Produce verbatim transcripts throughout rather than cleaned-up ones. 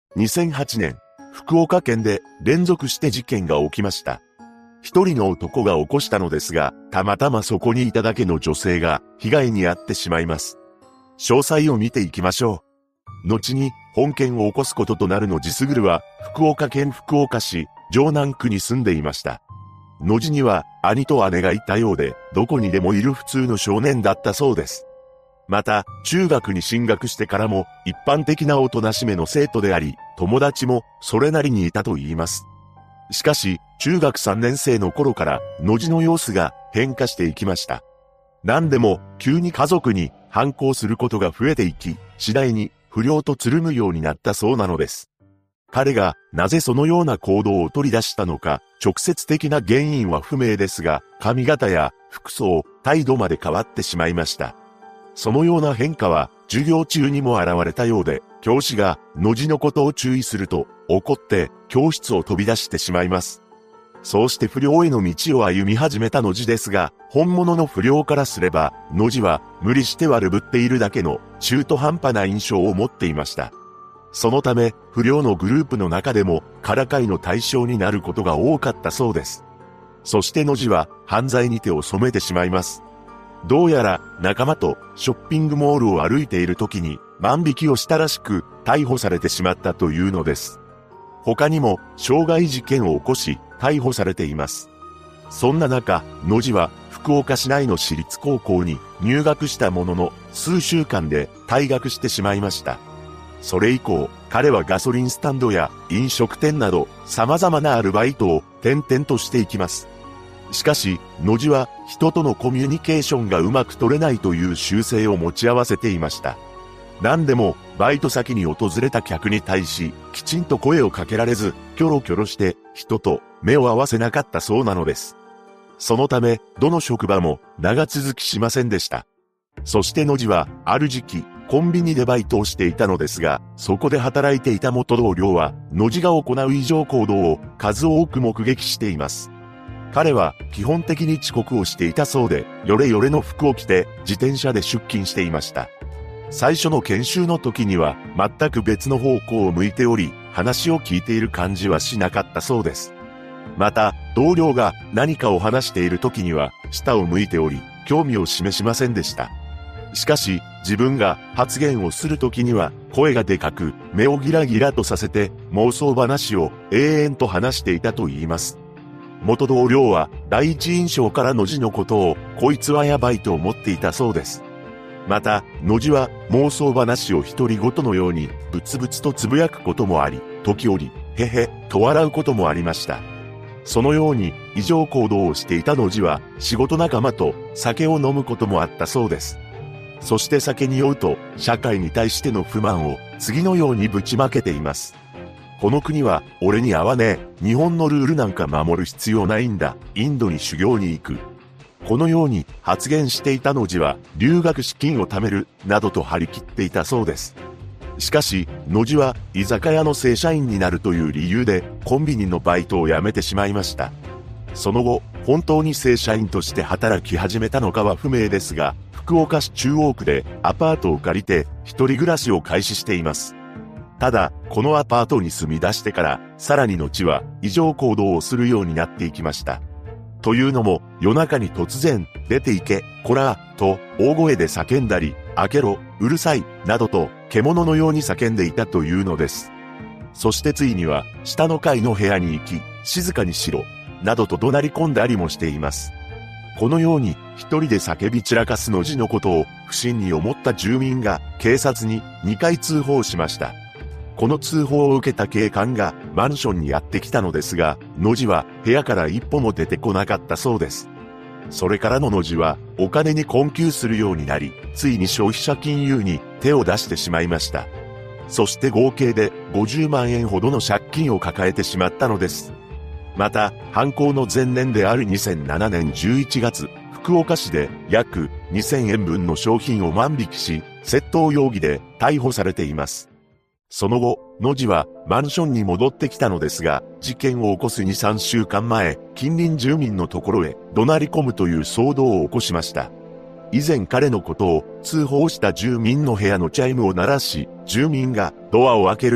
にせんはちねん、福岡県で連続して事件が起きました。一人の男が起こしたのですが、たまたまそこにいただけの女性が被害に遭ってしまいます。詳細を見ていきましょう。後に本件を起こすこととなる野地卓は、福岡県福岡市城南区に住んでいました。野地には兄と姉がいたようで、どこにでもいる普通の少年だったそうです。また、中学に進学してからも一般的なおとなしめの生徒であり、友達もそれなりにいたと言います。しかし、中学さんねん生の頃から野地の様子が変化していきました。何でも急に家族に反抗することが増えていき、次第に不良とつるむようになったそうなのです。彼がなぜそのような行動を取り出したのか、直接的な原因は不明ですが、髪型や服装、態度まで変わってしまいました。そのような変化は授業中にも現れたようで、教師が野地のことを注意すると怒って教室を飛び出してしまいます。そうして不良への道を歩み始めた野地ですが、本物の不良からすれば、野地は無理して悪ぶっているだけの中途半端な印象を持っていました。そのため、不良のグループの中でもからかいの対象になることが多かったそうです。そして野地は犯罪に手を染めてしまいます。どうやら仲間とショッピングモールを歩いている時に万引きをしたらしく逮捕されてしまったというのです。他にも傷害事件を起こし逮捕されています。そんな中、野地は福岡市内の私立高校に入学したものの数週間で退学してしまいました。それ以降、彼はガソリンスタンドや飲食店など様々なアルバイトを転々としていきます。しかし、野地は人とのコミュニケーションがうまく取れないという習性を持ち合わせていました。何でも、バイト先に訪れた客に対し、きちんと声をかけられず、キョロキョロして人と目を合わせなかったそうなのです。そのため、どの職場も長続きしませんでした。そして野地は、ある時期、コンビニでバイトをしていたのですが、そこで働いていた元同僚は、野地が行う異常行動を数多く目撃しています。彼は基本的に遅刻をしていたそうで、ヨレヨレの服を着て自転車で出勤していました。最初の研修の時には全く別の方向を向いており、話を聞いている感じはしなかったそうです。また、同僚が何かを話している時には下を向いており、興味を示しませんでした。しかし、自分が発言をする時には声がでかく、目をギラギラとさせて妄想話を永遠と話していたと言います。元同僚は第一印象から野地のことをこいつはやばいと思っていたそうです。また、野地は妄想話を独り言のようにブツブツとつぶやくこともあり、時折、へへ、と笑うこともありました。そのように異常行動をしていた野地は仕事仲間と酒を飲むこともあったそうです。そして酒に酔うと社会に対しての不満を次のようにぶちまけています。この国は俺に合わねえ。日本のルールなんか守る必要ないんだ。インドに修行に行く。このように発言していた野地は留学資金を貯めるなどと張り切っていたそうです。しかし野地は居酒屋の正社員になるという理由でコンビニのバイトを辞めてしまいました。その後本当に正社員として働き始めたのかは不明ですが、福岡市中央区でアパートを借りて一人暮らしを開始しています。ただ、このアパートに住み出してから、さらに後は異常行動をするようになっていきました。というのも、夜中に突然、出て行け、こら、と大声で叫んだり、開けろ、うるさい、などと、獣のように叫んでいたというのです。そしてついには、下の階の部屋に行き、静かにしろ、などと怒鳴り込んだりもしています。このように、一人で叫び散らかす野地のことを、不審に思った住民が、警察ににかい通報しました。この通報を受けた警官がマンションにやってきたのですが、野地は部屋から一歩も出てこなかったそうです。それからの野地はお金に困窮するようになり、ついに消費者金融に手を出してしまいました。そして合計でごじゅうまんえんほどの借金を抱えてしまったのです。また、犯行の前年であるにせんななねんじゅういちがつ、福岡市で約にせんえんぶんの商品を万引きし、窃盗容疑で逮捕されています。その後、野地はマンションに戻ってきたのですが、事件を起こすに、さんしゅうかんまえ、近隣住民のところへ怒鳴り込むという騒動を起こしました。以前彼のことを通報した住民の部屋のチャイムを鳴らし、住民がドアを開けると、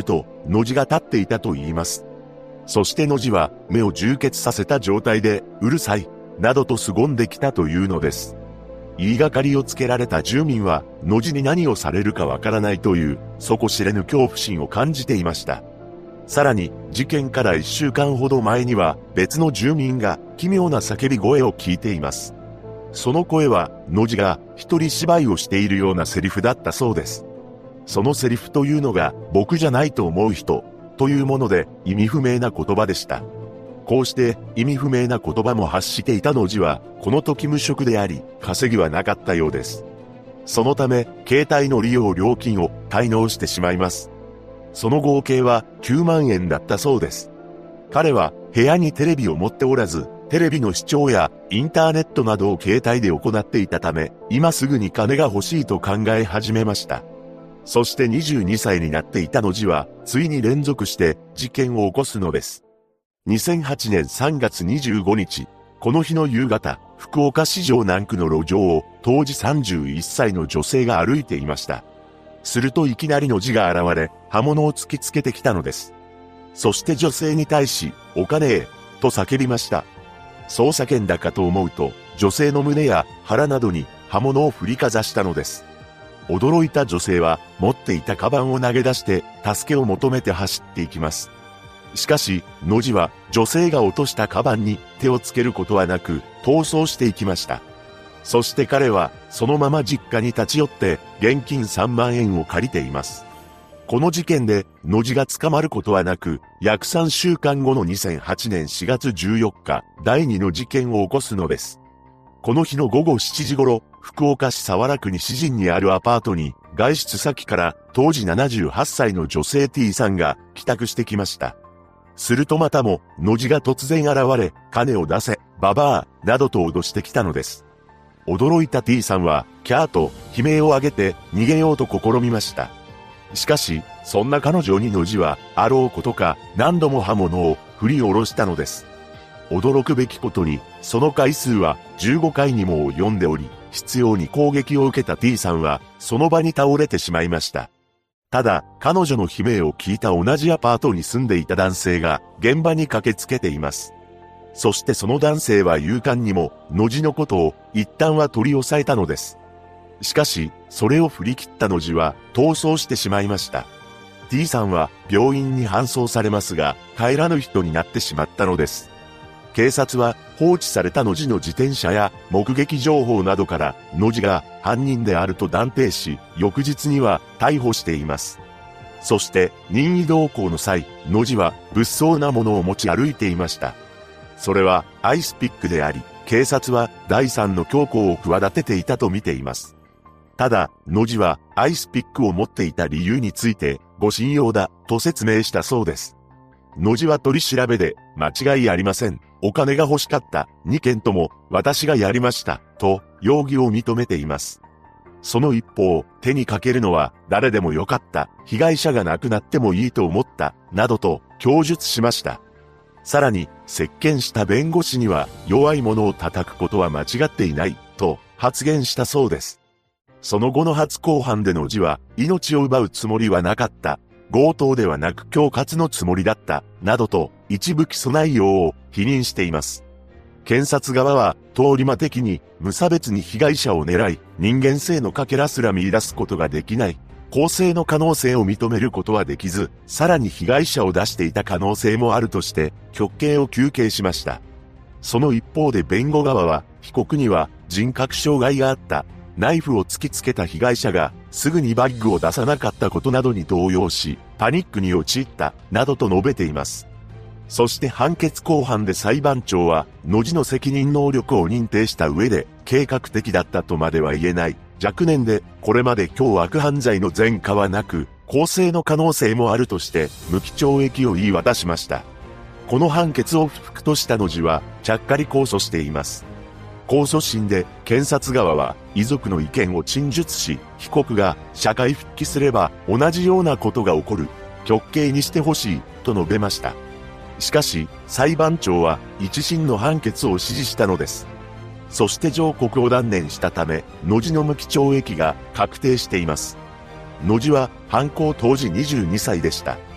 野地が立っていたと言います。そして野地は目を充血させた状態で、うるさい、などと凄んできたというのです。言いがかりをつけられた住民は、野地に何をされるかわからないという、底知れぬ恐怖心を感じていました。さらに、事件から一週間ほど前には、別の住民が奇妙な叫び声を聞いています。その声は、野地が一人芝居をしているようなセリフだったそうです。そのセリフというのが、僕じゃないと思う人、というもので、意味不明な言葉でした。こうして意味不明な言葉も発していた野地は、この時無職であり、稼ぎはなかったようです。そのため、携帯の利用料金を滞納してしまいます。その合計はきゅうまんえんだったそうです。彼は部屋にテレビを持っておらず、テレビの視聴やインターネットなどを携帯で行っていたため、今すぐに金が欲しいと考え始めました。そしてにじゅうにさいになっていた野地は、ついに連続して事件を起こすのです。にせんはちねんさんがつにじゅうごにち、この日の夕方、福岡市城南区の路上を当時さんじゅういっさいの女性が歩いていました。するといきなり野地が現れ、刃物を突きつけてきたのです。そして女性に対し、お金へ、と叫びました。そう叫んだかと思うと、女性の胸や腹などに刃物を振りかざしたのです。驚いた女性は、持っていたカバンを投げ出して、助けを求めて走っていきます。しかし、野地は女性が落としたカバンに手をつけることはなく、逃走していきました。そして彼は、そのまま実家に立ち寄って、現金さんまんえんを借りています。この事件で、野地が捕まることはなく、約さんしゅうかんごのにせんはちねんしがつじゅうよっか、だいにの事件を起こすのです。この日のごごしちじ頃、福岡市早良区西陣にあるアパートに、外出先から当時ななじゅうはっさいの女性 T さんが帰宅してきました。するとまたも、野地が突然現れ、金を出せ、ババア、などと脅してきたのです。驚いた T さんは、キャーと悲鳴を上げて逃げようと試みました。しかし、そんな彼女に野地は、あろうことか、何度も刃物を振り下ろしたのです。驚くべきことに、その回数はじゅうごかいにも及んでおり、執拗に攻撃を受けた T さんは、その場に倒れてしまいました。ただ、彼女の悲鳴を聞いた同じアパートに住んでいた男性が、現場に駆けつけています。そしてその男性は勇敢にも、野地のことを、一旦は取り押さえたのです。しかし、それを振り切った野地は、逃走してしまいました。T さんは、病院に搬送されますが、帰らぬ人になってしまったのです。警察は、放置された野地の自転車や、目撃情報などから、野地が犯人であると断定し、翌日には、逮捕しています。そして、任意同行の際、野地は、物騒なものを持ち歩いていました。それはアイスピックであり、警察は第三の凶行を企てていたと見ています。ただ、野地はアイスピックを持っていた理由について、ご信用だ、と説明したそうです。野地は取り調べで、間違いありません。お金が欲しかった、にけんとも、私がやりました、と、容疑を認めています。その一方、手にかけるのは、誰でもよかった、被害者が亡くなってもいいと思った、などと、供述しました。さらに、接見した弁護士には、弱い者を叩くことは間違っていない、と発言したそうです。その後の初公判で野地は、命を奪うつもりはなかった、強盗ではなく恐喝のつもりだった、などと、一部起訴内容を否認しています。検察側は、通り魔的に、無差別に被害者を狙い、人間性のかけらすら見出すことができない。公正の可能性を認めることはできず、さらに被害者を出していた可能性もあるとして、極刑を求刑しました。その一方で弁護側は、被告には人格障害があった。ナイフを突きつけた被害者が、すぐにバッグを出さなかったことなどに動揺し、パニックに陥った、などと述べています。そして判決公判で裁判長は、野地の責任能力を認定した上で、計画的だったとまでは言えない。若年で、これまで凶悪犯罪の前科はなく、更生の可能性もあるとして、無期懲役を言い渡しました。この判決を不服とした野地は、ちゃっかり控訴しています。控訴審で、検察側は、遺族の意見を陳述し、被告が社会復帰すれば、同じようなことが起こる。極刑にしてほしい、と述べました。しかし、裁判長は、一審の判決を支持したのです。そして上告を断念したため、野地の無期懲役が確定しています。野地は犯行当時にじゅうにさいでした。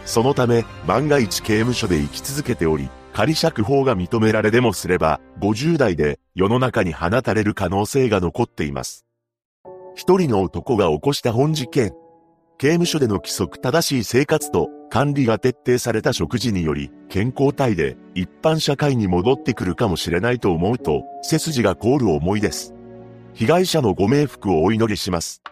そのため、万が一刑務所で生き続けており、仮釈放が認められでもすれば、ごじゅう代で世の中に放たれる可能性が残っています。一人の男が起こした本事件。刑務所での規則正しい生活と管理が徹底された食事により、健康体で一般社会に戻ってくるかもしれないと思うと、背筋が凍る思いです。被害者のご冥福をお祈りします。